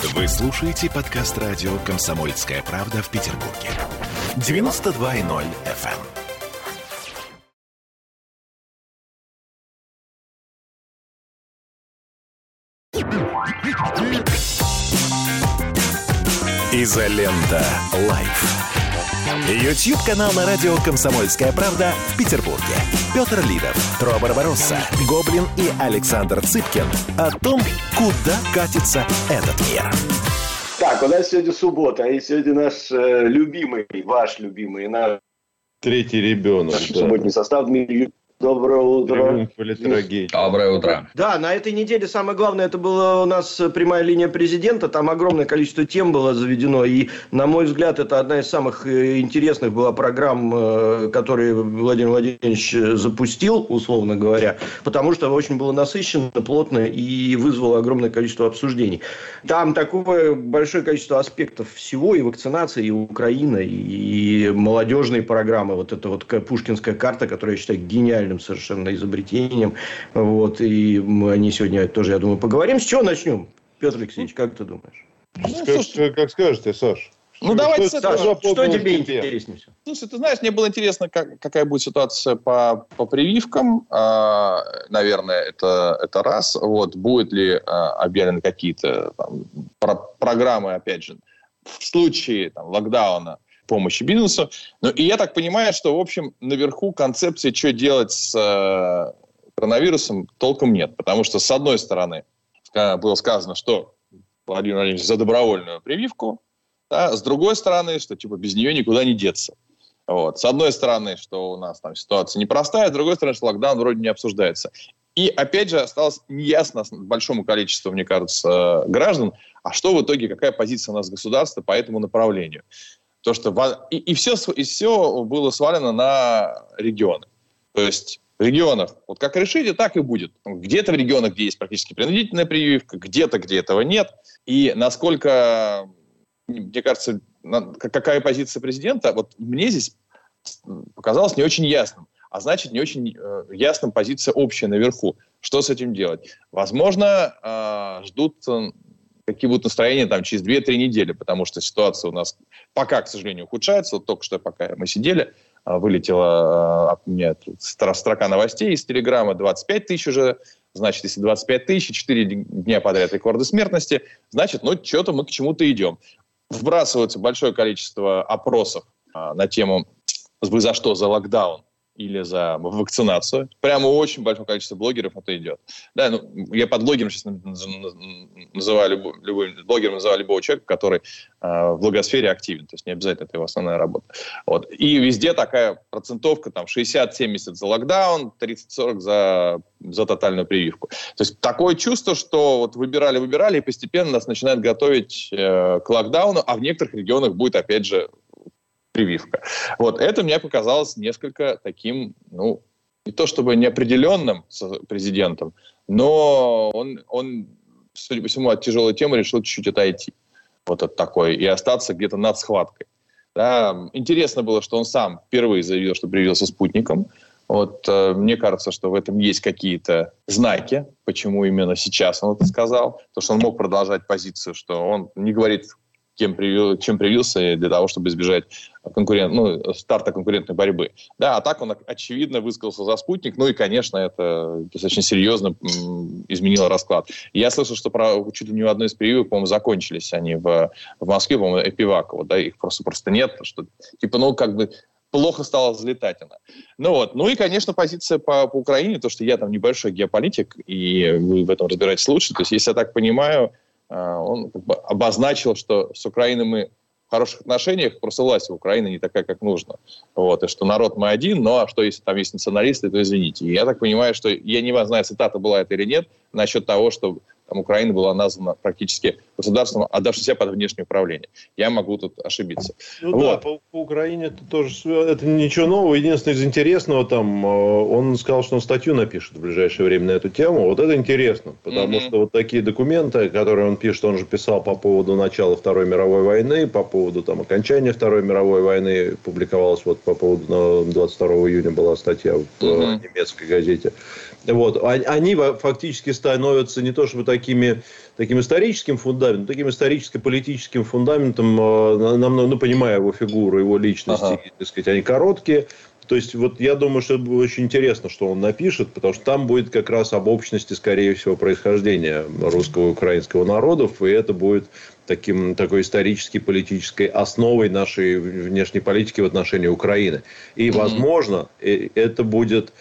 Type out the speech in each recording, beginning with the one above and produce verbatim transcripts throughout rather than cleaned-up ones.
Вы слушаете подкаст радио «Комсомольская правда» в Петербурге. девяносто два и ноль эф эм. Изолента Лайф. Ютьюб-канал на радио «Комсомольская правда» в Петербурге. Петр Лидов, Тро Барбаросса, Гоблин и Александр Цыпкин о том, куда катится этот мир. Так, у нас сегодня суббота, и сегодня наш э, любимый, ваш любимый, наш третий ребенок. Наш да. субботний состав. Доброе утро. Доброе утро. Да, на этой неделе самое главное, это была у нас прямая линия президента. Там огромное количество тем было заведено. И, на мой взгляд, это одна из самых интересных была программ, которые Владимир Владимирович запустил, условно говоря. Потому что очень было насыщенно, плотно и вызвало огромное количество обсуждений. Там такое большое количество аспектов всего. И вакцинация, и Украина, и молодежные программы. Вот эта вот пушкинская карта, которая я считаю гениальной совершенно изобретением. Вот. И мы о ней сегодня тоже, я думаю, поговорим. С чего начнем? Петр Алексеевич, как ты думаешь? Ну, слушай, как скажете, Саш. Ну, что, давайте, что, Саша, что, что тебе интереснее всего? Слушай, ты знаешь, мне было интересно, как, какая будет ситуация по, по прививкам. А, наверное, это, это раз. Вот. Будут ли а, объявлены какие-то там, про, программы, опять же, в случае там, локдауна, помощи бизнесу. Ну, и я так понимаю, что, в общем, наверху концепции, что делать с э, коронавирусом, толком нет. Потому что, с одной стороны, было сказано, что Владимир Владимирович за добровольную прививку, да, с другой стороны, что типа без нее никуда не деться. Вот. С одной стороны, что у нас там ситуация непростая, с другой стороны, что локдаун вроде не обсуждается. И, опять же, осталось неясно большому количеству, мне кажется, граждан, а что в итоге, какая позиция у нас государства по этому направлению. То, что и, и, все, и все было свалено на регионы. То есть в регионах, вот как решите, так и будет. Где-то в регионах, где есть практически принудительная прививка, где-то, где этого нет. И насколько, мне кажется, какая позиция президента, вот мне здесь показалось не очень ясным. А значит, не очень э, ясным позиция общая наверху. Что с этим делать? Возможно, э, ждут... какие будут настроения там через две-три недели, потому что ситуация у нас пока, к сожалению, ухудшается. Вот только что, пока мы сидели, вылетела от меня строка новостей из Телеграма, двадцать пять тысяч уже, значит, если двадцать пять тысяч, четыре дня подряд рекорды смертности, значит, ну, что-то мы к чему-то идем. Вбрасывается большое количество опросов на тему «Вы за что? За локдаун?» или за вакцинацию. Прямо очень большое количество блогеров это идет. Да, ну, я под блогером сейчас называю любой, любой блогером называю любого человека, который э, в блогосфере активен. То есть не обязательно это его основная работа. Вот. И везде такая процентовка там шестьдесят-семьдесят за локдаун, тридцать-сорок за, за тотальную прививку. То есть такое чувство, что вот выбирали-выбирали, и постепенно нас начинают готовить э, к локдауну, а в некоторых регионах будет опять же прививка. Вот это мне показалось несколько таким, ну, не то чтобы неопределенным с президентом, но он, он, судя по всему, от тяжелой темы решил чуть-чуть отойти. Вот от такой. И остаться где-то над схваткой. Да. Интересно было, что он сам впервые заявил, что привился спутником. Вот, э, мне кажется, что в этом есть какие-то знаки, почему именно сейчас он это сказал. Потому что он мог продолжать позицию, что он не говорит, кем привил, чем привился, для того, чтобы избежать конкурент, ну, старта конкурентной борьбы. Да, а так он, очевидно, высказался за спутник. Ну и, конечно, это достаточно серьезно м, изменило расклад. Я слышал, что про, чуть ли не у одной из прививок, по-моему, закончились они в, в Москве, по-моему, Эпивакова, да, их просто, просто нет. Что, типа, ну, как бы плохо стала взлетать она. Ну вот. Ну и, конечно, позиция по, по Украине, то, что я там небольшой геополитик, и вы в этом разбираетесь лучше. То есть, если я так понимаю, он как бы обозначил, что с Украиной мы в хороших отношениях, просто власть в Украине не такая, как нужно. Вот, и что народ мы один, но а что если там есть националисты, то извините. И я так понимаю, что я не знаю, цитата была это или нет, насчет того, что там Украина была названа практически государством, отдавшим себя под внешнее управление. Я могу тут ошибиться. Ну вот. Да, по, по Украине это тоже это ничего нового. Единственное, из интересного там, он сказал, что он статью напишет в ближайшее время на эту тему. Вот это интересно, потому mm-hmm. что вот такие документы, которые он пишет, он же писал по поводу начала Второй мировой войны, по поводу там окончания Второй мировой войны, публиковалась вот по поводу двадцать второго июня была статья в mm-hmm. немецкой газете. Вот. Они фактически становятся не то чтобы такими, таким историческим фундаментом, таким историческо-политическим фундаментом, ну, понимая его фигуру, его личность, ага. так сказать, они короткие. То есть, вот я думаю, что это будет очень интересно, что он напишет, потому что там будет как раз об общности, скорее всего, происхождения русского и украинского народов, и это будет таким, такой исторической, политической основой нашей внешней политики в отношении Украины. И, возможно, mm-hmm. это будет,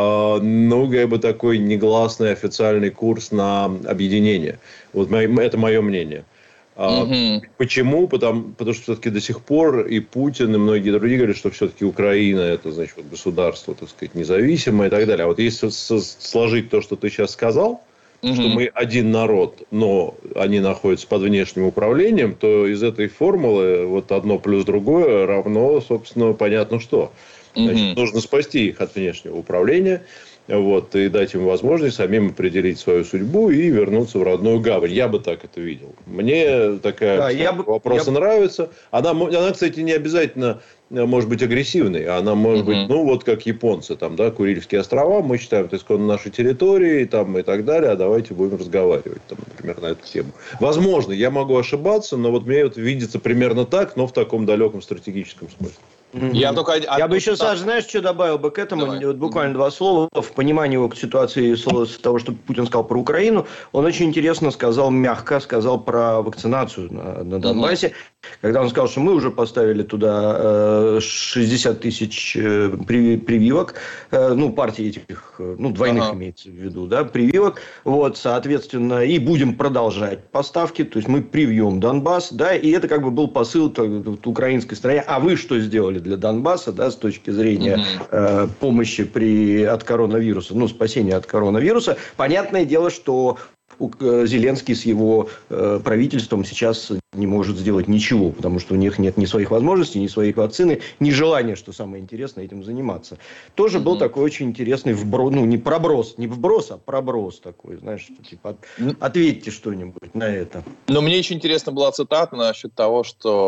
ну, как бы такой негласный официальный курс на объединение. Вот это мое мнение. Mm-hmm. Почему? Потому, потому что все-таки до сих пор и Путин, и многие другие говорят, что все-таки Украина это, значит, вот государство, так сказать, независимое и так далее. А вот если сложить то, что ты сейчас сказал, mm-hmm. что мы один народ, но они находятся под внешним управлением, то из этой формулы вот одно плюс другое равно, собственно, понятно что. Значит, mm-hmm. нужно спасти их от внешнего управления. Вот, и дать им возможность самим определить свою судьбу и вернуться в родную гавань. Я бы так это видел. Мне такая да, я бы, вопроса я... нравится. Она, она, кстати, не обязательно может быть агрессивной. Она может uh-huh. быть, ну, вот как японцы, там, да, Курильские острова, мы считаем, это исконно нашей территории, там, и так далее, а давайте будем разговаривать, там, например, на эту тему. Возможно, я могу ошибаться, но вот мне вот видится примерно так, но в таком далеком стратегическом смысле. Mm-hmm. Я, только, я бы еще, Саш, знаешь, что добавил бы к этому? Вот буквально mm-hmm. два слова. В понимании его ситуации с того, что Путин сказал про Украину, он очень интересно сказал, мягко сказал про вакцинацию на, на Донбассе. Mm-hmm. Когда он сказал, что мы уже поставили туда шестьдесят тысяч прививок, ну, партии этих, ну, двойных ага. имеется в виду, да, прививок, вот, соответственно, и будем продолжать поставки, то есть мы привьем Донбасс, да, и это как бы был посыл украинской стране, а вы что сделали для Донбасса, да, с точки зрения угу. э, помощи при, от коронавируса, ну, спасения от коронавируса. Понятное дело, что Зеленский с его э, правительством сейчас не может сделать ничего, потому что у них нет ни своих возможностей, ни своих вакцины, ни желания, что самое интересное, этим заниматься. Тоже mm-hmm. был такой очень интересный вброс, ну, не проброс, не вброс, а проброс такой, знаешь, что, типа, от, ответьте что-нибудь на это. Но мне еще интересна была цитата насчет того,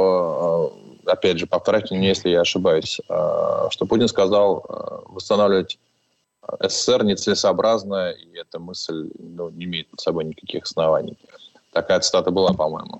что, опять же, повторяйте мне, если я ошибаюсь, что Путин сказал восстанавливать СССР нецелесообразно, и эта мысль, ну, не имеет под собой никаких оснований. Такая цитата была, по-моему.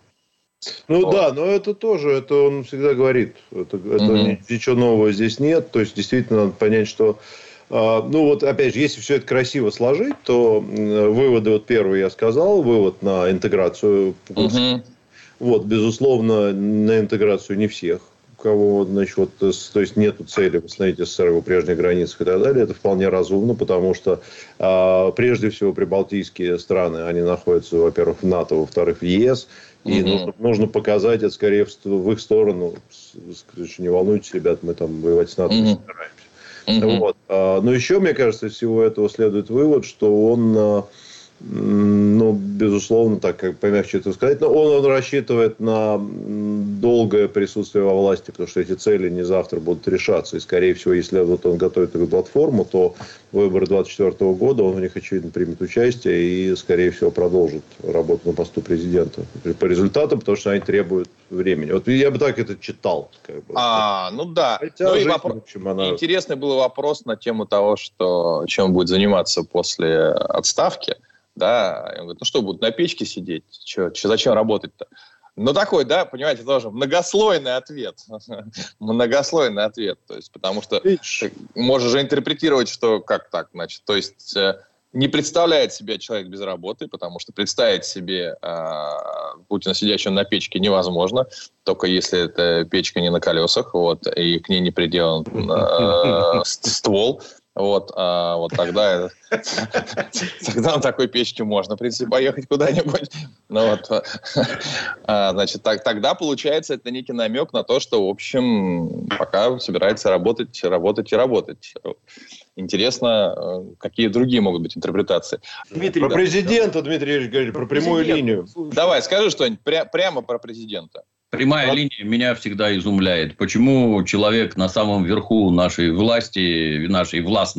Ну вот. Да, но это тоже, это он всегда говорит. Это, это mm-hmm. ничего нового здесь нет. То есть, действительно, надо понять, что... Э, ну, вот, опять же, если все это красиво сложить, то э, выводы, вот первый я сказал, вывод на интеграцию. Mm-hmm. Вот, безусловно, на интеграцию не всех. У кого, значит, вот, то есть нету цели восстановить СССР в его прежних границах и так далее, это вполне разумно, потому что э, прежде всего прибалтийские страны, они находятся, во-первых, в НАТО, во-вторых, в ЕС, и mm-hmm. нужно, нужно показать это скорее в, в их сторону, что не волнуйтесь, ребят, мы там воевать с НАТО mm-hmm. не собираемся. Mm-hmm. Вот. А, но еще, мне кажется, из всего этого следует вывод, что он... Ну, безусловно, так как помягче это сказать, но он, он рассчитывает на долгое присутствие во власти, потому что эти цели не завтра будут решаться. И, скорее всего, если вот он готовит эту платформу, то выборы двадцать четвёртого года он в них, очевидно, примет участие и, скорее всего, продолжит работу на посту президента. По результатам, потому что они требуют времени. Вот я бы так это читал. Как бы. А, ну да. Хотя ну, жизнь, и вопро... общем, она... Интересный был вопрос на тему того, что чем он будет заниматься после отставки. Да, он говорит, ну что, будут на печке сидеть? Че, че, зачем работать-то? Ну, такой, да, понимаете, тоже многослойный ответ. Многослойный ответ. То есть, потому что ты можешь же интерпретировать, что как так, значит, то есть не представляет себя человек без работы, потому что представить себе э, Путина сидящим на печке невозможно, только если эта печка не на колесах, вот, и к ней не приделан э, ствол. Вот, а, вот тогда, тогда на такой печке можно, в принципе, поехать куда-нибудь. Ну, вот, а, значит, так, тогда получается это некий намек на то, что, в общем, пока собирается работать, работать и работать. Интересно, какие другие могут быть интерпретации. Дмитрий, про да, президента, да. Дмитрий Ильич говорит, про прямую линию. Давай, скажи что-нибудь пря- прямо про президента. Прямая вот. Линия меня всегда изумляет. Почему человек на самом верху нашей власти, нашей властной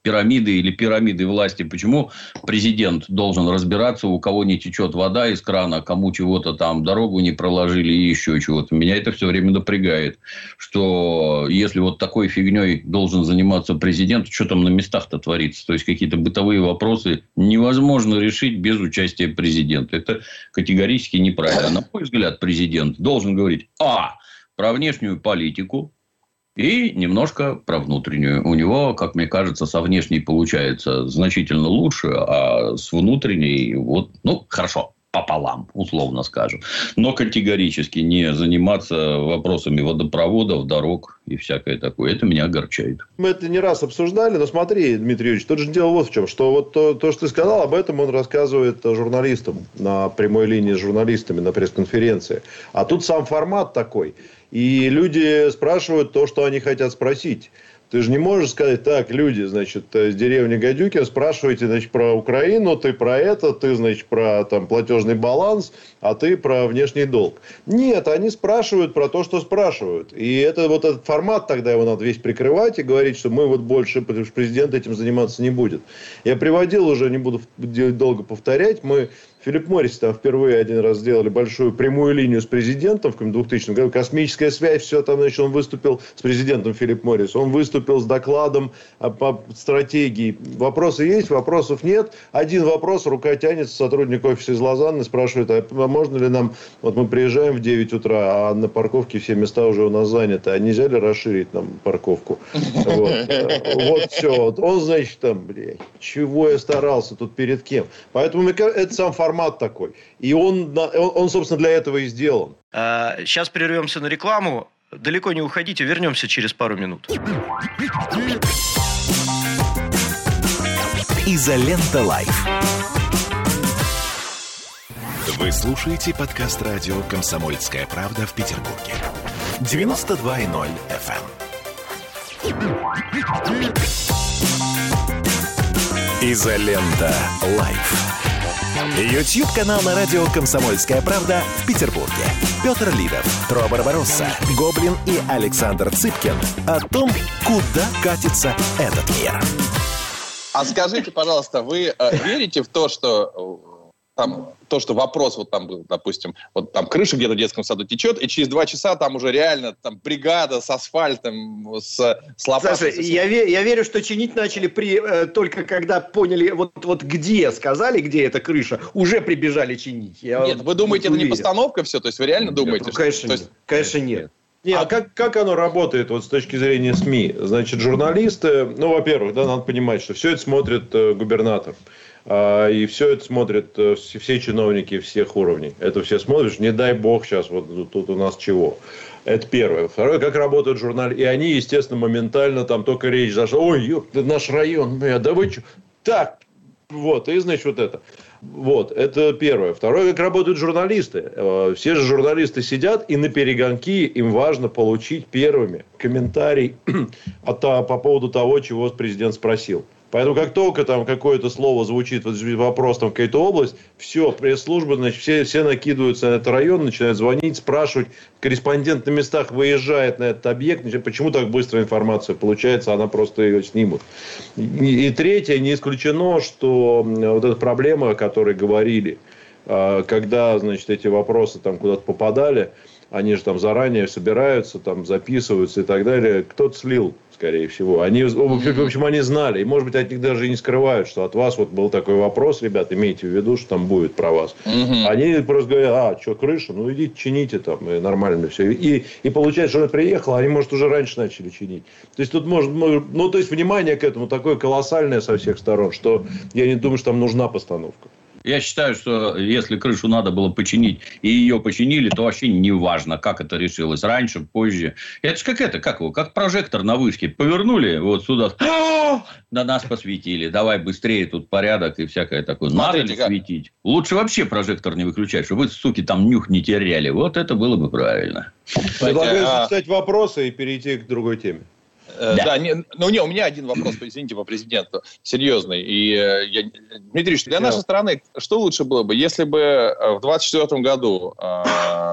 пирамиды или пирамиды власти. Почему президент должен разбираться, у кого не течет вода из крана, кому чего-то там дорогу не проложили и еще чего-то. Меня это все время напрягает, что если вот такой фигней должен заниматься президент, что там на местах-то творится? То есть, какие-то бытовые вопросы невозможно решить без участия президента. Это категорически неправильно. На мой взгляд, президент должен говорить а. про внешнюю политику, и немножко про внутреннюю. У него, как мне кажется, со внешней получается значительно лучше, а с внутренней, вот, ну, хорошо, пополам, условно скажем. Но категорически не заниматься вопросами водопроводов, дорог и всякое такое. Это меня огорчает. Мы это не раз обсуждали, но смотри, Дмитрий Юрьевич, тут же дело вот в чем, что вот то, то, что ты сказал, об этом он рассказывает журналистам на прямой линии с журналистами на пресс-конференции. А тут сам формат такой. И люди спрашивают то, что они хотят спросить. Ты же не можешь сказать, так, люди, значит, с деревни Гадюкин, спрашиваете, значит, про Украину, ты про это, ты, значит, про там, платежный баланс, а ты про внешний долг. Нет, они спрашивают про то, что спрашивают. И это вот этот формат, тогда его надо весь прикрывать и говорить, что мы вот больше, потому что президент этим заниматься не будет. Я приводил уже, не буду долго повторять, мы... Филипп Моррис там впервые один раз сделали большую прямую линию с президентом в двухтысячном году. Космическая связь, все там, значит, он выступил с президентом Филипп Моррис. Он выступил с докладом по стратегии. Вопросы есть, вопросов нет. Один вопрос, рука тянется, сотрудник офиса из Лозанны спрашивает, а можно ли нам, вот мы приезжаем в девять утра, а на парковке все места уже у нас заняты, а нельзя ли расширить нам парковку? Вот все. Он, значит, там, блядь, чего я старался тут перед кем? Поэтому это сам формат. Формат такой. И он, он, он, собственно, для этого и сделан. Сейчас прервемся на рекламу. Далеко не уходите, вернемся через пару минут. Изолента Лайф. Вы слушаете подкаст радио «Комсомольская правда» в Петербурге. девяносто два и ноль эф эм. Изолента Лайф. Ютьюб-канал на радио «Комсомольская правда» в Петербурге. Петр Лидов, Тро Барбаросса, Гоблин и Александр Цыпкин о том, куда катится этот мир. А скажите, пожалуйста, вы э, верите в то, что... Там, то, что вопрос вот там был, допустим, вот там крыша где-то в детском саду течет, и через два часа там уже реально там бригада с асфальтом, с, с лопатой. Саша, я, ве- я верю, что чинить начали при, э, только когда поняли, вот, вот где, сказали, где эта крыша, уже прибежали чинить. Я Нет, вы думаете, это не постановка все? То есть вы реально думаете? Нет, ну, конечно, что, нет. есть... Конечно, нет. Нет, а как, как оно работает вот с точки зрения СМИ? Значит, журналисты, ну, во-первых, да, надо понимать, что все это смотрит э, губернатор. И все это смотрят все чиновники всех уровней. Это все смотришь, не дай бог сейчас, вот тут у нас чего. Это первое. Второе, как работают журналисты. И они, естественно, моментально там только речь зашла. Ой, ёп, это наш район, бля, да вы что? Так, вот, и значит вот это. Вот, это первое. Второе, как работают журналисты. Все же журналисты сидят, и на перегонки им важно получить первыми комментарий от, по поводу того, чего президент спросил. Поэтому, как только там какое-то слово звучит, вот вопрос там какая-то область, все, пресс-служба, значит, все, все накидываются на этот район, начинают звонить, спрашивать. Корреспондент на местах выезжает на этот объект. Значит, почему так быстро информация получается, она просто ее снимут. И, и третье, не исключено, что вот эта проблема, о которой говорили, когда, значит, эти вопросы там куда-то попадали, они же там заранее собираются, там записываются и так далее. Кто-то слил, скорее всего. Они, в общем, они знали. И, может быть, от них даже и не скрывают, что от вас вот был такой вопрос, ребят, имейте в виду, что там будет про вас. Угу. Они просто говорят, а, что, крыша? Ну, идите, чините там, и нормально все. И, и получается, что он приехал, они, может, уже раньше начали чинить. То есть, тут может, ну, то есть, внимание к этому такое колоссальное со всех сторон, что я не думаю, что там нужна постановка. Я считаю, что если крышу надо было починить, и ее починили, то вообще не важно, как это решилось. Раньше, позже. Это же как это, как его, как прожектор на вышке. Повернули вот сюда, на нас посветили. Давай быстрее, тут порядок и всякое такое. Надо ли светить? Лучше вообще прожектор не выключать, чтобы вы, суки, там нюх не теряли. Вот это было бы правильно. Предлагаю записать вопросы и перейти к другой теме. Да, да не, ну не, у меня один вопрос, извините, по президенту, серьезный. И, э, я, Дмитрий, для нашей страны что лучше было бы, если бы в двадцать четвёртом году э,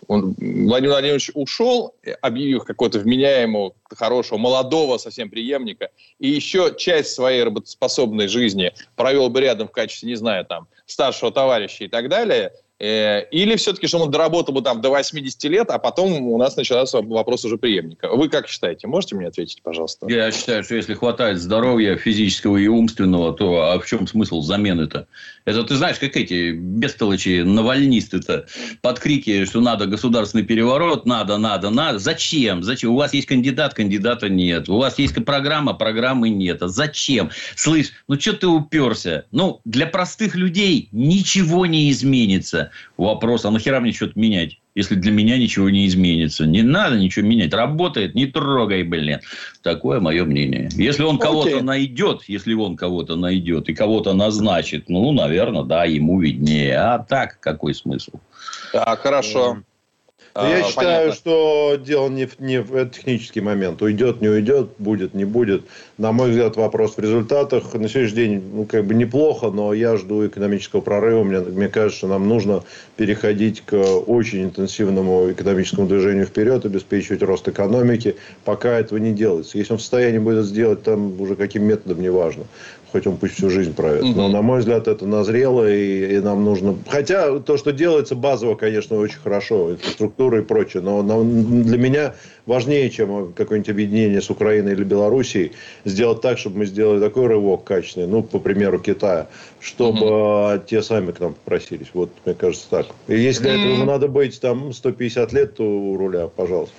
он, Владимир Владимирович ушел, объявив какого-то вменяемого, хорошего, молодого совсем преемника, и еще часть своей работоспособной жизни провел бы рядом в качестве, не знаю, там, старшего товарища и так далее, или все-таки, что он доработал бы там до восьмидесяти лет, а потом у нас начался вопрос уже преемника. Вы как считаете? Можете мне ответить, пожалуйста? Я считаю, что если хватает здоровья физического и умственного, то а в чем смысл замены-то? Это ты знаешь, как эти бестолочи, навальнисты-то под крики, что надо государственный переворот, надо, надо, надо. Зачем? Зачем? У вас есть кандидат, кандидата нет. У вас есть программа, программы нет. А зачем? Слышь, ну что ты уперся? Ну, для простых людей ничего не изменится. Вопрос, а нахера мне что-то менять, если для меня ничего не изменится? Не надо ничего менять. Работает, не трогай, блин. Такое мое мнение. Если он кого-то okay. найдет, если он кого-то найдет и кого-то назначит, ну, наверное, да, ему виднее. А так, какой смысл? Так, хорошо. Я а, считаю, понятно. что дело не в, не в это технический момент. Уйдет, не уйдет, будет, не будет. На мой взгляд, вопрос в результатах. На сегодняшний день, ну, как бы неплохо, но я жду экономического прорыва. Мне, мне кажется, что нам нужно переходить к очень интенсивному экономическому движению вперед, обеспечивать рост экономики. Пока этого не делается. Если он в состоянии будет сделать, там уже каким методом, неважно. Хоть он пусть всю жизнь правит. Но, на мой взгляд, это назрело, и, и нам нужно... Хотя то, что делается базово, конечно, очень хорошо. Инфраструктура и прочее. Но нам, для меня важнее, чем какое-нибудь объединение с Украиной или Белоруссией, сделать так, чтобы мы сделали такой рывок качественный, ну, по примеру Китая, чтобы mm-hmm. те сами к нам попросились. Вот, мне кажется, так. И если для этого надо быть там сто пятьдесят лет, то у руля, пожалуйста.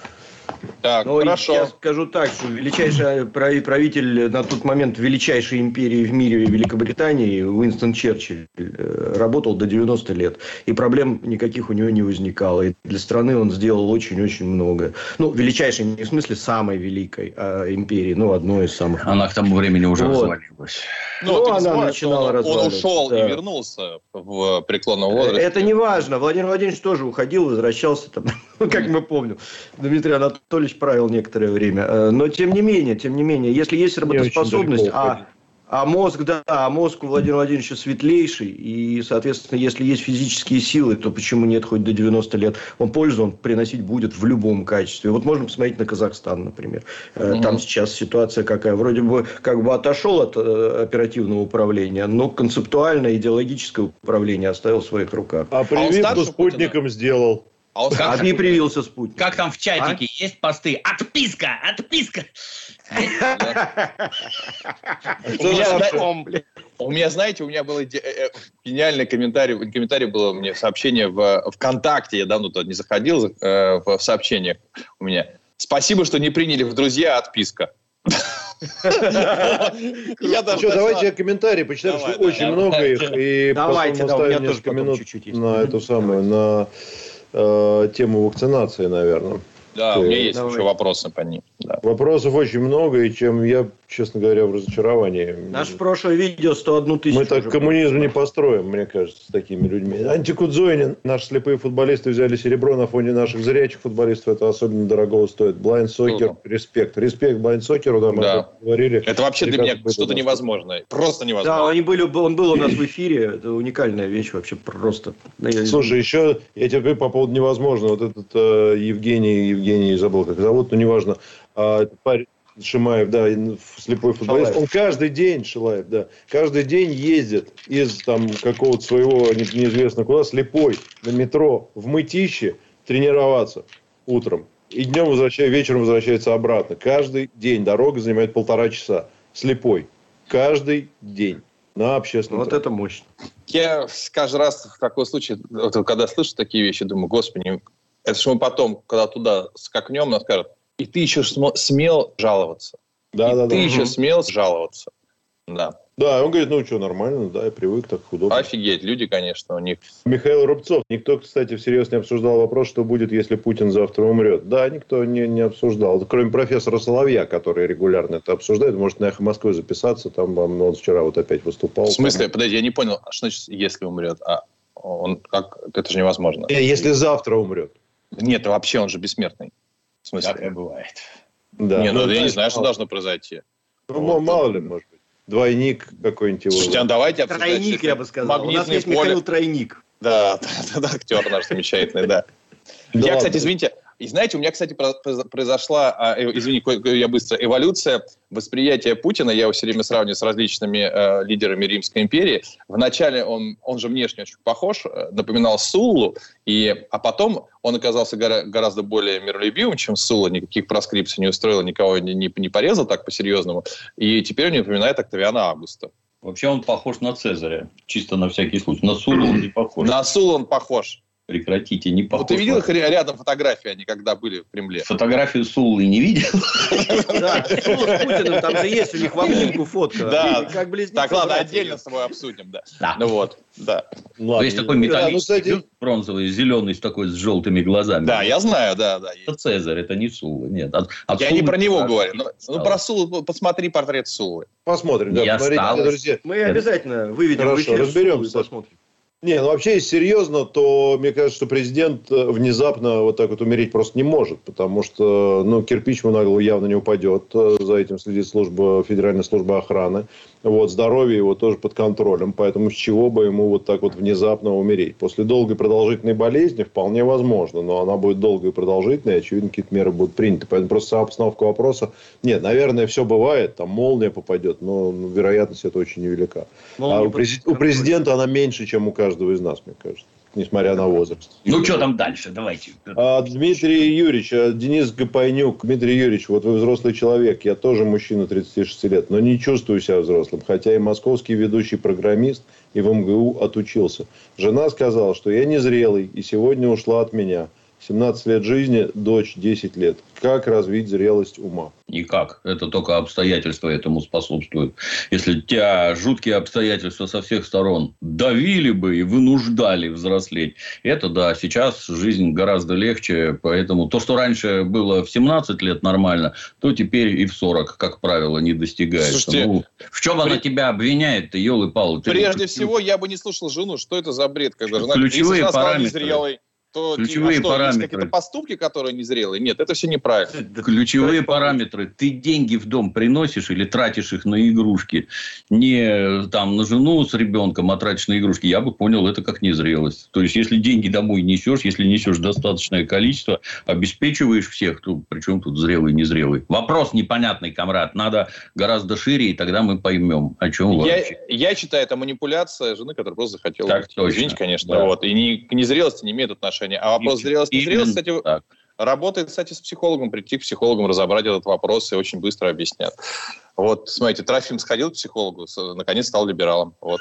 Так, ну, хорошо. Я скажу так, что величайший правитель на тот момент величайшей империи в мире Великобритании, Уинстон Черчилль, работал до девяноста лет. И проблем никаких у него не возникало. И для страны он сделал очень-очень много. Ну, величайшей не в смысле самой великой а империи, но одной из самых. Она к тому времени уже вот. развалилась. Ну, ну она знаешь, начинала он, разваливаться. Он ушел да. и вернулся в преклонном возрасте. Это не важно. Владимир Владимирович тоже уходил, возвращался, там, как мы помним. Дмитрий Анатольевич правил некоторое время. Но, тем не менее, тем не менее, если есть работоспособность, а, а мозг, да, а мозг у Владимира Владимировича светлейший, и, соответственно, если есть физические силы, то почему нет хоть до девяноста лет? Он пользу он приносить будет в любом качестве. Вот можно посмотреть на Казахстан, например. Mm-hmm. Там сейчас ситуация какая. Вроде бы как бы отошел от оперативного управления, но концептуальное, идеологическое управление оставил в своих руках. А прививку а спутником сделал. А, он а не привился спутник. Как там в чатике а? Есть посты? Отписка! Отписка! У меня, знаете, у меня был гениальный комментарий. Комментарий было мне сообщение в ВКонтакте. Я давно туда не заходил в сообщениях у меня. Спасибо, что не приняли в друзья отписка. Я даже давайте я комментарии почитаю, что очень много их. И давайте, потом оставим несколько минут на эту самую, на тему вакцинации, наверное. Да, у меня есть еще вопросы по ним. Да. Вопросов очень много, и чем я, честно говоря, в разочаровании. Наше прошлое видео сто одну тысячу. Мы так коммунизм не построим, мне кажется, с такими людьми. Антикудзойнин, наши слепые футболисты взяли серебро на фоне наших зрячих футболистов. Это особенно дорого стоит. Blind Soccer, респект. Респект Blind Soccer, да, мы да. говорили. Это вообще для меня что-то невозможное. Просто невозможно. Да, они были, он был у нас в эфире. Это уникальная вещь вообще просто. Слушай, еще я тебе говорю по поводу невозможного. Вот этот э, Евгений, Евгений, забыл, как зовут, но неважно. А, парень Шимаев, да, слепой футболист. Шалаев. Он каждый день, Шилаев, да, каждый день ездит из там какого-то своего неизвестно куда, слепой, на метро, в Мытище тренироваться утром. И днем возвращается, вечером возвращается обратно. Каждый день дорога занимает полтора часа. Слепой. Каждый день. На общественном. Вот это мощно. Я каждый раз в такой случай, вот, когда слышу такие вещи, думаю, господи, это же мы потом, когда туда скакнем, нас скажут, и ты еще смел жаловаться. Да, и да, ты да. еще смел жаловаться. Да. Да, он говорит, ну что, нормально, да, я привык, так удобно. Офигеть, люди, конечно, у них... Михаил Рубцов. Никто, кстати, всерьез не обсуждал вопрос, что будет, если Путин завтра умрет. Да, никто не, не обсуждал. Кроме профессора Соловья, который регулярно это обсуждает. Может, на «Эхо Москвы» записаться. Там он вчера вот опять выступал. В смысле? Там... Подожди, я не понял, что значит, если умрет? А он как? Это же невозможно. Если завтра умрет. Нет, вообще он же бессмертный. В смысле? Такое бывает. Да. Не, ну, ну я не знаю, знаю, что мало. должно произойти. Ну, вот. Мало ли, может быть. Двойник какой-нибудь его. Слушайте, а давайте обсуждать. Тройник, я бы сказал. У нас есть поле. Михаил Тройник. Да, да, да, актер наш замечательный, да. Да, я, кстати, извините, и знаете, у меня, кстати, произошла, извини, я быстро, эволюция восприятия Путина. Я его все время сравниваю с различными э, лидерами Римской империи. Вначале он, он же внешне очень похож, напоминал Суллу, и, а потом он оказался гора, гораздо более миролюбивым, чем Сулла, никаких проскрипций не устроил, никого не, не, не порезал так по-серьезному. И теперь он мне напоминает Октавиана Августа. Вообще он похож на Цезаря, чисто на всякий случай. На Суллу он не похож. На Суллу он похож. Прекратите, не похож. Вот ты видел их рядом фотографии, они когда были в Кремле? Фотографию Суллы не видел? Да, Сулла с Путиным, там же есть у них в обнимку фотка. Да, так, ладно, отдельно с тобой обсудим, да. Ну вот, да. Есть такой металлический бронзовый, зеленый, такой с желтыми глазами. Да, я знаю, да, да. Это Цезарь, это не Сулла, нет. Я не про него говорю. Ну, про Суллу, посмотри портрет Суллы. Посмотрим, да, посмотрите, друзья. Мы обязательно выведем в эфир. Разберемся, посмотрим. Не, ну вообще, если серьезно, то мне кажется, что президент внезапно вот так вот умереть просто не может, потому что, ну, кирпич ему на голову явно не упадет, за этим следит служба, Федеральная служба охраны, вот, здоровье его тоже под контролем, поэтому с чего бы ему вот так вот внезапно умереть? После долгой продолжительной болезни вполне возможно, но она будет долгой и продолжительной, и, очевидно, какие-то меры будут приняты, поэтому просто сама обстановка вопроса, нет, наверное, все бывает, там молния попадет, но ну, вероятность это очень невелика. А у, прези- у президента она меньше, чем у каждого из нас, мне кажется, несмотря на возраст. Ну, что там дальше? Давайте. А, Дмитрий Юрьевич, а, Денис Гапайнюк. Дмитрий Юрьевич, вот вы взрослый человек, я тоже мужчина тридцати шести лет, но не чувствую себя взрослым, хотя и московский ведущий программист, и в эм гэ у отучился. Жена сказала, что я незрелый, и сегодня ушла от меня. семнадцать лет жизни, дочь десять лет. Как развить зрелость ума? Никак. Это только обстоятельства этому способствуют. Если тебя жуткие обстоятельства со всех сторон давили бы и вынуждали взрослеть, это да, сейчас жизнь гораздо легче. Поэтому то, что раньше было в семнадцать лет нормально, то теперь и в сорок, как правило, не достигается. Слушайте, ну, в чем при... она тебя обвиняет-то, елы-палы? Прежде всего, я бы не слушал жену. Что это за бред? Когда жена ключевые параметры. То, ключевые а что, параметры. Есть какие-то поступки, которые незрелые? Нет, это все неправильно. Ключевые параметры. Ты деньги в дом приносишь или тратишь их на игрушки? Не там на жену с ребенком, а тратишь на игрушки. Я бы понял это как незрелость. То есть, если деньги домой несешь, если несешь достаточное количество, обеспечиваешь всех, то причем тут зрелый, незрелый. Вопрос непонятный, комрад. Надо гораздо шире, и тогда мы поймем, о чем вы я, вообще. Я считаю, это манипуляция жены, которая просто захотела... Так точно. Извините, конечно. Да. Вот. И не, к незрелости не имеет отношения. А вопрос зрелости, зрелости, кстати, так. работает, кстати, с психологом. Прийти к психологам, разобрать этот вопрос и очень быстро объяснят. Вот, смотрите, Трофим сходил к психологу, наконец стал либералом. Вот.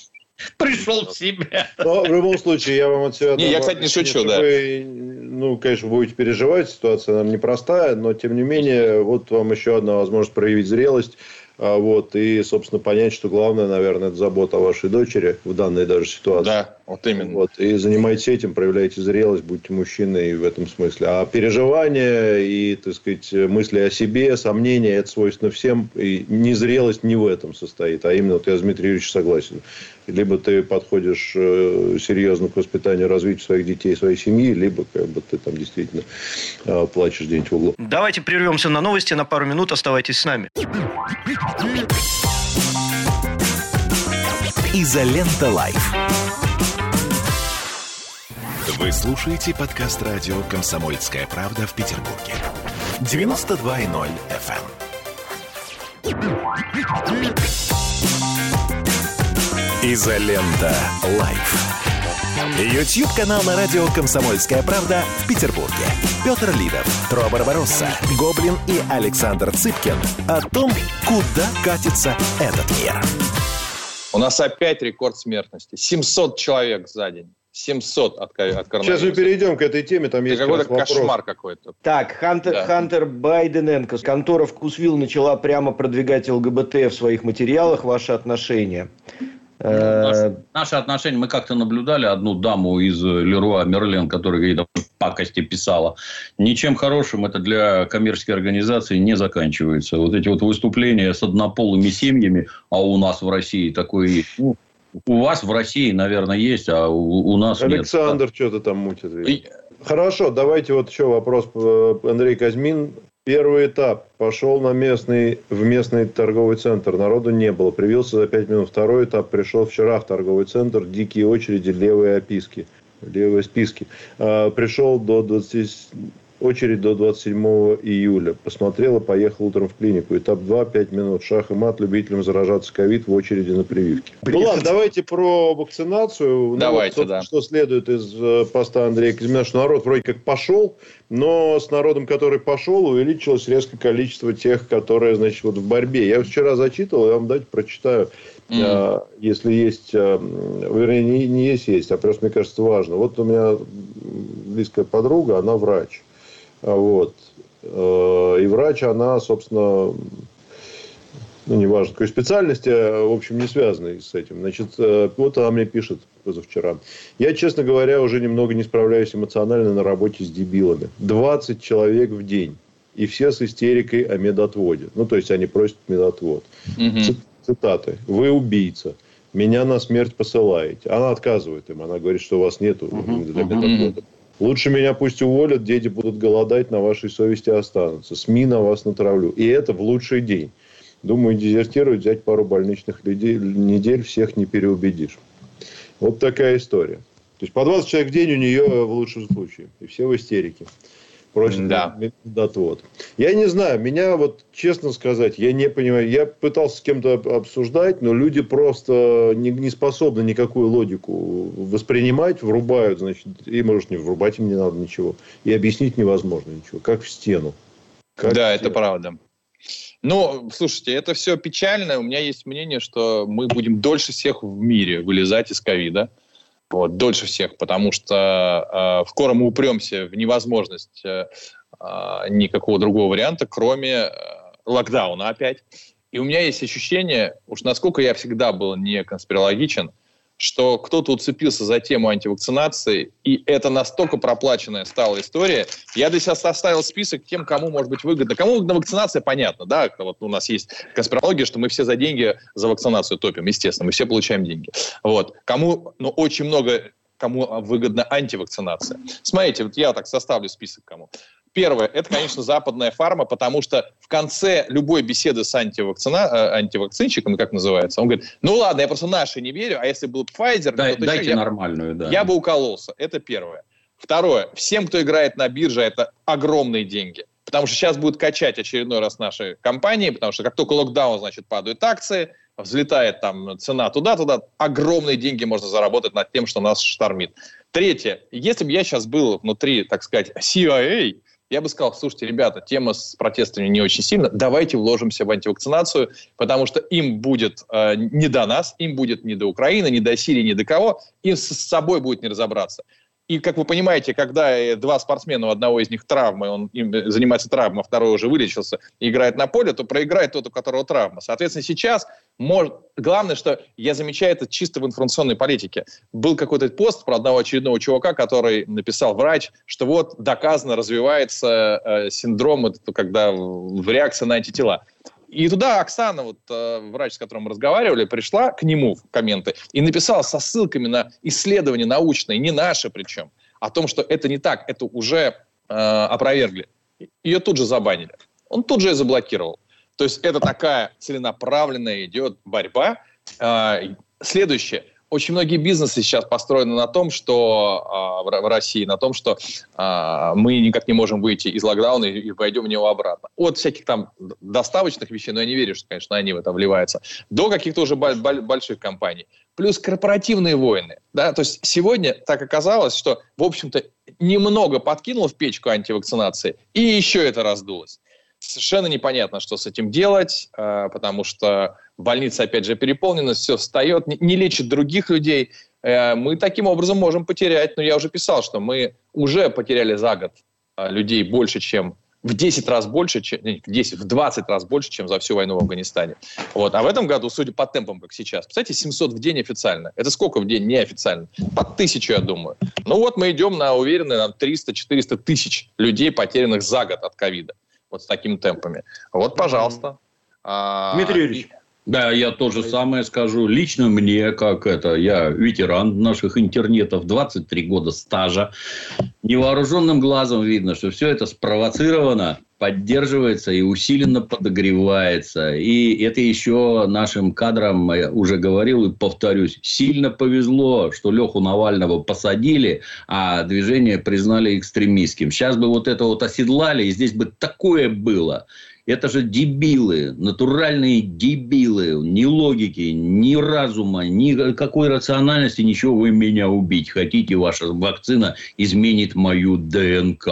Пришел в себя. Но в любом случае, я вам от себя... Не, я, кстати, не шучу, да. Вы, ну, конечно, будете переживать, ситуация нам непростая, но, тем не менее, вот вам еще одна возможность проявить зрелость. Вот, и, собственно, понять, что главное, наверное, это забота о вашей дочери в данной даже ситуации. Да, вот именно. Вот, и занимайтесь этим, проявляйте зрелость, будьте мужчиной в этом смысле. А переживания и, так сказать, мысли о себе, сомнения, это свойственно всем. И незрелость не в этом состоит, а именно, вот я с Дмитрием Юрьевичем согласен. Либо ты подходишь э, серьезно к воспитанию, развитию своих детей, своей семьи, либо как бы ты там действительно э, плачешь где-нибудь в углу. Давайте прервемся на новости на пару минут. Оставайтесь с нами. Изолента Лайф. Вы слушаете подкаст радио «Комсомольская правда» в Петербурге. девяносто два и ноль эф эм. Изолента Лайф. Ютьюб-канал на радио «Комсомольская правда» в Петербурге. Петр Лидов, Тро Барбаросса, Гоблин и Александр Цыпкин о том, куда катится этот мир. У нас опять рекорд смертности. семьсот человек за день. семьсот от, от коронавируса. Сейчас мы перейдем к этой теме. Там есть какой-то вопрос. Кошмар какой-то. Так, Хантер, да. Хантер Байдененко. Контора «Вкусвилл» начала прямо продвигать эл гэ бэ тэ в своих материалах. Ваши отношения? Ну, наши, наши отношения, мы как-то наблюдали одну даму из Леруа Мерлен, которая какие-то пакости писала. Ничем хорошим это для коммерческой организации не заканчивается. Вот эти вот выступления с однополыми семьями, а у нас в России такое есть. Ну, у вас в России, наверное, есть, а у, у нас Александр нет. Александр что-то там мутит. И... Хорошо, давайте вот еще вопрос. Андрей Казьмин. Первый этап. Пошел на местный, в местный торговый центр. Народу не было. Привился за пять минут. Второй этап. Пришел вчера в торговый центр. Дикие очереди, левые описки. левые списки. А, пришел до двадцати... Очередь до двадцать седьмого июля. Посмотрел и поехал утром в клинику. Этап два, пять минут. Шах и мат любителям заражаться ковид в очереди на прививки. Ну ладно, давайте про вакцинацию. Давайте, ну, вот, да. Что следует из поста Андрея Казимина, что народ вроде как пошел, но с народом, который пошел, увеличилось резко количество тех, которые, значит, вот в борьбе. Я вчера зачитывал, я вам дайте прочитаю. Mm-hmm. Если есть, вернее, не, не есть, есть, а просто, мне кажется, важно. Вот у меня близкая подруга, она врач. Вот. И врач, она, собственно, ну, неважно, какой специальности, в общем, не связанной с этим. Значит, вот она мне пишет позавчера. Я, честно говоря, уже немного не справляюсь эмоционально на работе с дебилами. двадцать человек в день. И все с истерикой о медотводе. Ну, то есть, они просят медотвод. Mm-hmm. Цитаты. Вы убийца. Меня на смерть посылаете. Она отказывает им. Она говорит, что у вас нету mm-hmm. для медотвода. Лучше меня пусть уволят, дети будут голодать, на вашей совести останутся. СМИ на вас натравлю. И это в лучший день. Думаю, дезертировать, взять пару больничных людей, недель, всех не переубедишь. Вот такая история. То есть, по двадцать человек в день у нее в лучшем случае. И все в истерике. Просят да. медотвод. Я не знаю, меня вот, честно сказать, я не понимаю. Я пытался с кем-то обсуждать, но люди просто не, не способны никакую логику воспринимать, врубают, значит, и, может, не врубать им не надо ничего. И объяснить невозможно ничего. Как в стену. Как да, в это правда. Ну, слушайте, это все печально. У меня есть мнение, что мы будем дольше всех в мире вылезать из ковида. Вот, дольше всех, потому что э, скоро мы упремся в невозможность э, э, никакого другого варианта, кроме э, локдауна опять. И у меня есть ощущение, уж насколько я всегда был не конспирологичен, что кто-то уцепился за тему антивакцинации, и это настолько проплаченная стала история. Я для себя составил список тем, кому может быть выгодно. Кому выгодна вакцинация, понятно, да? Вот у нас есть конспирология, что мы все за деньги за вакцинацию топим, естественно, мы все получаем деньги. Вот. Кому, ну, очень много, кому выгодна антивакцинация. Смотрите, вот я так составлю список кому. Первое, это, конечно, западная фарма, потому что в конце любой беседы с антивакцина... антивакцинщиком, как называется, он говорит, ну ладно, я просто наши не верю, а если был Pfizer... Дай, то дайте я... нормальную, да. Я бы укололся. Это первое. Второе, всем, кто играет на бирже, это огромные деньги. Потому что сейчас будут качать очередной раз наши компании, потому что как только локдаун, значит, падают акции, взлетает там цена туда-туда, огромные деньги можно заработать над тем, что нас штормит. Третье, если бы я сейчас был внутри, так сказать, си ай эй, я бы сказал, слушайте, ребята, тема с протестами не очень сильно, давайте вложимся в антивакцинацию, потому что им будет э, не до нас, им будет не до Украины, не до Сирии, ни до кого, им с собой будет не разобраться. И, как вы понимаете, когда два спортсмена, у одного из них травма, он им занимается травмой, а второй уже вылечился и играет на поле, то проиграет тот, у которого травма. Соответственно, сейчас может... главное, что я замечаю это чисто в информационной политике. Был какой-то пост про одного очередного чувака, который написал врач, что вот доказано развивается э, синдром, это, когда в реакции на антитела. И туда Оксана, вот, э, врач, с которым мы разговаривали, пришла к нему в комменты и написала со ссылками на исследования научные, не наши причем, о том, что это не так, это уже э, опровергли. Ее тут же забанили. Он тут же ее заблокировал. То есть это такая целенаправленная идет борьба. Э, следующее. Очень многие бизнесы сейчас построены на том, что э, в России, на том, что э, мы никак не можем выйти из локдауна и, и пойдем в него обратно. От всяких там доставочных вещей, но я не верю, что, конечно, они в это вливаются, до каких-то уже баль- баль- больших компаний. Плюс корпоративные войны. Да? То есть сегодня так оказалось, что, в общем-то, немного подкинул в печку антивакцинации, и еще это раздулось. Совершенно непонятно, что с этим делать, потому что больница, опять же, переполнена, все встает, не лечит других людей. Мы таким образом можем потерять, но я уже писал, что мы уже потеряли за год людей больше, чем в десять раз больше, чем, в десять, в двадцать раз больше, чем за всю войну в Афганистане. Вот. А в этом году, судя по темпам, как сейчас, представляете, семьсот в день официально. Это сколько в день неофициально? Под тысячу, я думаю. Ну вот мы идем на уверенные на триста-четыреста тысяч людей, потерянных за год от ковида. Вот с такими темпами. Вот, пожалуйста. Дмитрий Юрьевич. Да, я то же самое скажу. Лично мне, как это, я ветеран наших интернетов, двадцать три года стажа. Невооруженным глазом видно, что все это спровоцировано поддерживается и усиленно подогревается. И это еще нашим кадрам, я уже говорил и повторюсь, сильно повезло, что Леху Навального посадили, а движение признали экстремистским. Сейчас бы вот это вот оседлали, и здесь бы такое было. Это же дебилы, натуральные дебилы. Ни логики, ни разума, ни какой рациональности, ничего. Вы меня убить хотите, ваша вакцина изменит мою ДНК.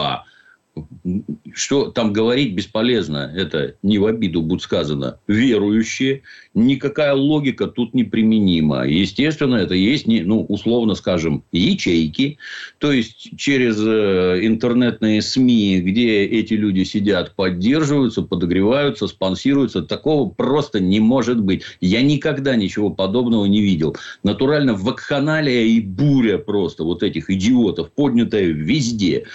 Что там говорить бесполезно, это не в обиду будет сказано. Верующие, никакая логика тут не применима. Естественно, это есть, ну, условно скажем, ячейки. То есть, через интернетные СМИ, где эти люди сидят, поддерживаются, подогреваются, спонсируются. Такого просто не может быть. Я никогда ничего подобного не видел. Натурально вакханалия и буря просто вот этих идиотов, поднятая везде.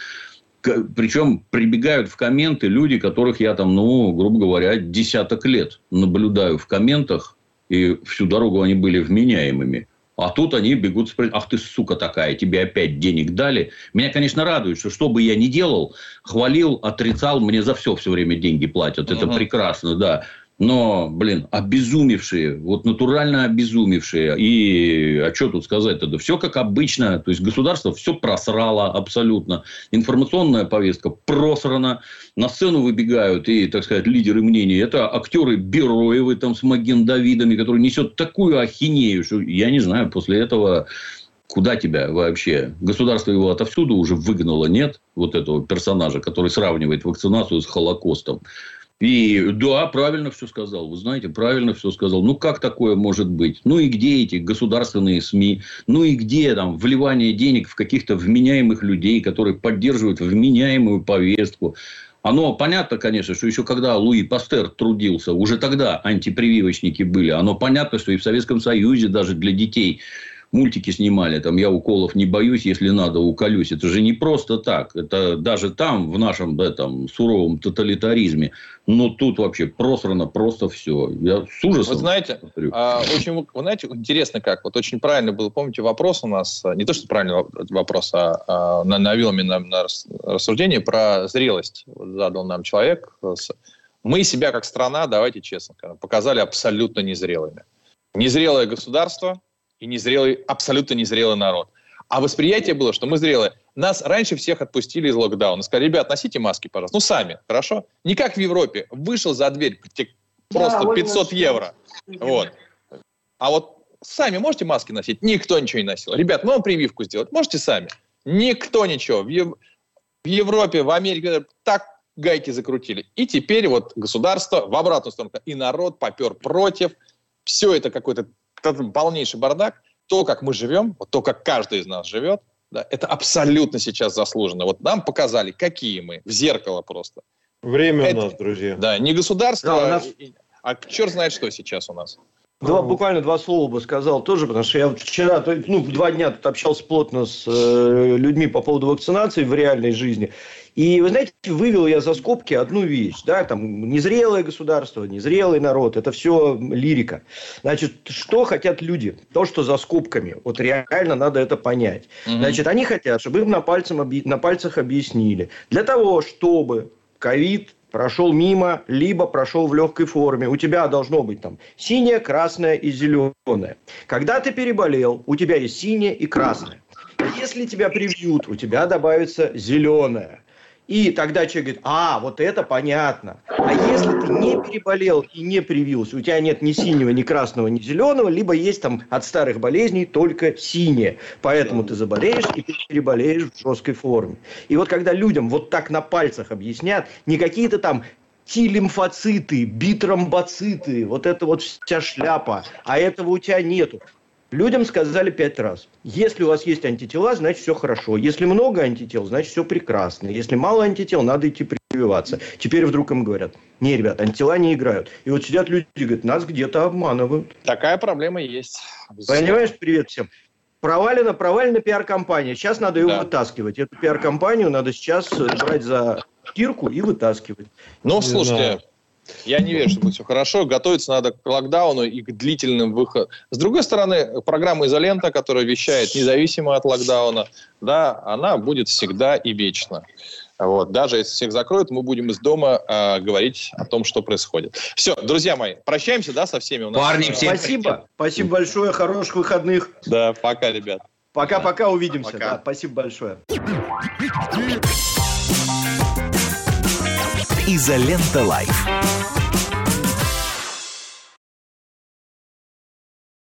Причем прибегают в комменты люди, которых я там, ну, грубо говоря, десяток лет наблюдаю в комментах. И всю дорогу они были вменяемыми. А тут они бегут спрашивать: ах ты, сука такая, тебе опять денег дали. Меня, конечно, радует, что что бы я ни делал, хвалил, отрицал, мне за все все время деньги платят. Это uh-huh. прекрасно, да. Но, блин, обезумевшие, вот натурально обезумевшие. И, а что тут сказать-то? Да все как обычно. То есть, государство все просрало абсолютно. Информационная повестка просрана. На сцену выбегают и, так сказать, лидеры мнений. Это актеры Бероевы там с Маген-Давидами, который несет такую ахинею, что я не знаю, после этого... Куда тебя вообще? Государство его отовсюду уже выгнало, нет? Вот этого персонажа, который сравнивает вакцинацию с Холокостом. И да, правильно все сказал. Вы знаете, правильно все сказал. Ну, как такое может быть? Ну, и где эти государственные СМИ? Ну, и где там вливание денег в каких-то вменяемых людей, которые поддерживают вменяемую повестку? Оно понятно, конечно, что еще когда Луи Пастер трудился, уже тогда антипрививочники были. Оно понятно, что и в Советском Союзе даже для детей... Мультики снимали, там, я уколов не боюсь, если надо, уколюсь. Это же не просто так. Это даже там, в нашем этом суровом тоталитаризме. Но тут вообще просрано просто все. Я с ужасом. Вы знаете, а, очень, вы знаете, интересно как. Вот очень правильно был, помните, вопрос у нас, не то, что правильный вопрос, а, а навел меня на, на рассуждение про зрелость. Вот задал нам человек. Мы себя как страна, давайте честно, показали абсолютно незрелыми. Незрелое государство и незрелый, абсолютно незрелый народ. А восприятие было, что мы зрелые. Нас раньше всех отпустили из локдауна. Сказали: ребят, носите маски, пожалуйста. Ну, сами, хорошо? Не как в Европе. Вышел за дверь, просто да, пятьсот евро. Вот. А вот сами можете маски носить? Никто ничего не носил. Ребят, мы вам прививку сделать можете сами? Никто ничего. В, Ев... в Европе, в Америке так гайки закрутили. И теперь вот государство в обратную сторону. И народ попер против. Все это какой-то полнейший бардак. То, как мы живем, вот то, как каждый из нас живет, да, это абсолютно сейчас заслуженно. Вот нам показали, какие мы, в зеркало просто. Время это, у нас, друзья. Да, не государство, да, нас... а, а черт знает, что сейчас у нас. Два, буквально два слова бы сказал тоже, потому что я вчера, ну, два дня тут общался плотно с э, людьми по поводу вакцинации в реальной жизни. И, вы знаете, вывел я за скобки одну вещь. Да, там, незрелое государство, незрелый народ. Это все лирика. Значит, что хотят люди? То, что за скобками. Вот реально надо это понять. Mm-hmm. Значит, они хотят, чтобы им на, пальцем, на пальцах объяснили. Для того, чтобы ковид прошел мимо, либо прошел в легкой форме. У тебя должно быть там синее, красное и зеленое. Когда ты переболел, у тебя есть синее и красное. Если тебя привьют, у тебя добавится зеленое. И тогда человек говорит: а, вот это понятно. А если ты не переболел и не привился, у тебя нет ни синего, ни красного, ни зеленого, либо есть там от старых болезней только синее. Поэтому ты заболеешь и ты переболеешь в жесткой форме. И вот когда людям вот так на пальцах объяснят, не какие-то там Т-лимфоциты, битромбоциты, вот это вот вся шляпа, а этого у тебя нету. Людям сказали пять раз: если у вас есть антитела, значит все хорошо. Если много антител, значит все прекрасно. Если мало антител, надо идти прививаться. Теперь вдруг им говорят: не, ребят, антитела не играют. И вот сидят люди и говорят: нас где-то обманывают. Такая проблема есть. Понимаешь, привет всем. Провалена, провалена пиар-компания. Сейчас надо ее да. вытаскивать. Эту пиар-компанию надо сейчас брать за кирку и вытаскивать. Ну, слушайте... Я не верю, что будет все хорошо. Готовиться надо к локдауну и к длительным выходам. С другой стороны, программа «Изолента», которая вещает независимо от локдауна, да, она будет всегда и вечно. Вот. Даже если всех закроют, мы будем из дома э, говорить о том, что происходит. Все, друзья мои, прощаемся, да, со всеми? У нас, Парни, э, всем Спасибо. Спасибо большое. Хороших выходных. Да, пока, ребят. Пока-пока. Увидимся. Пока. Да, спасибо большое. Изолента Лайф.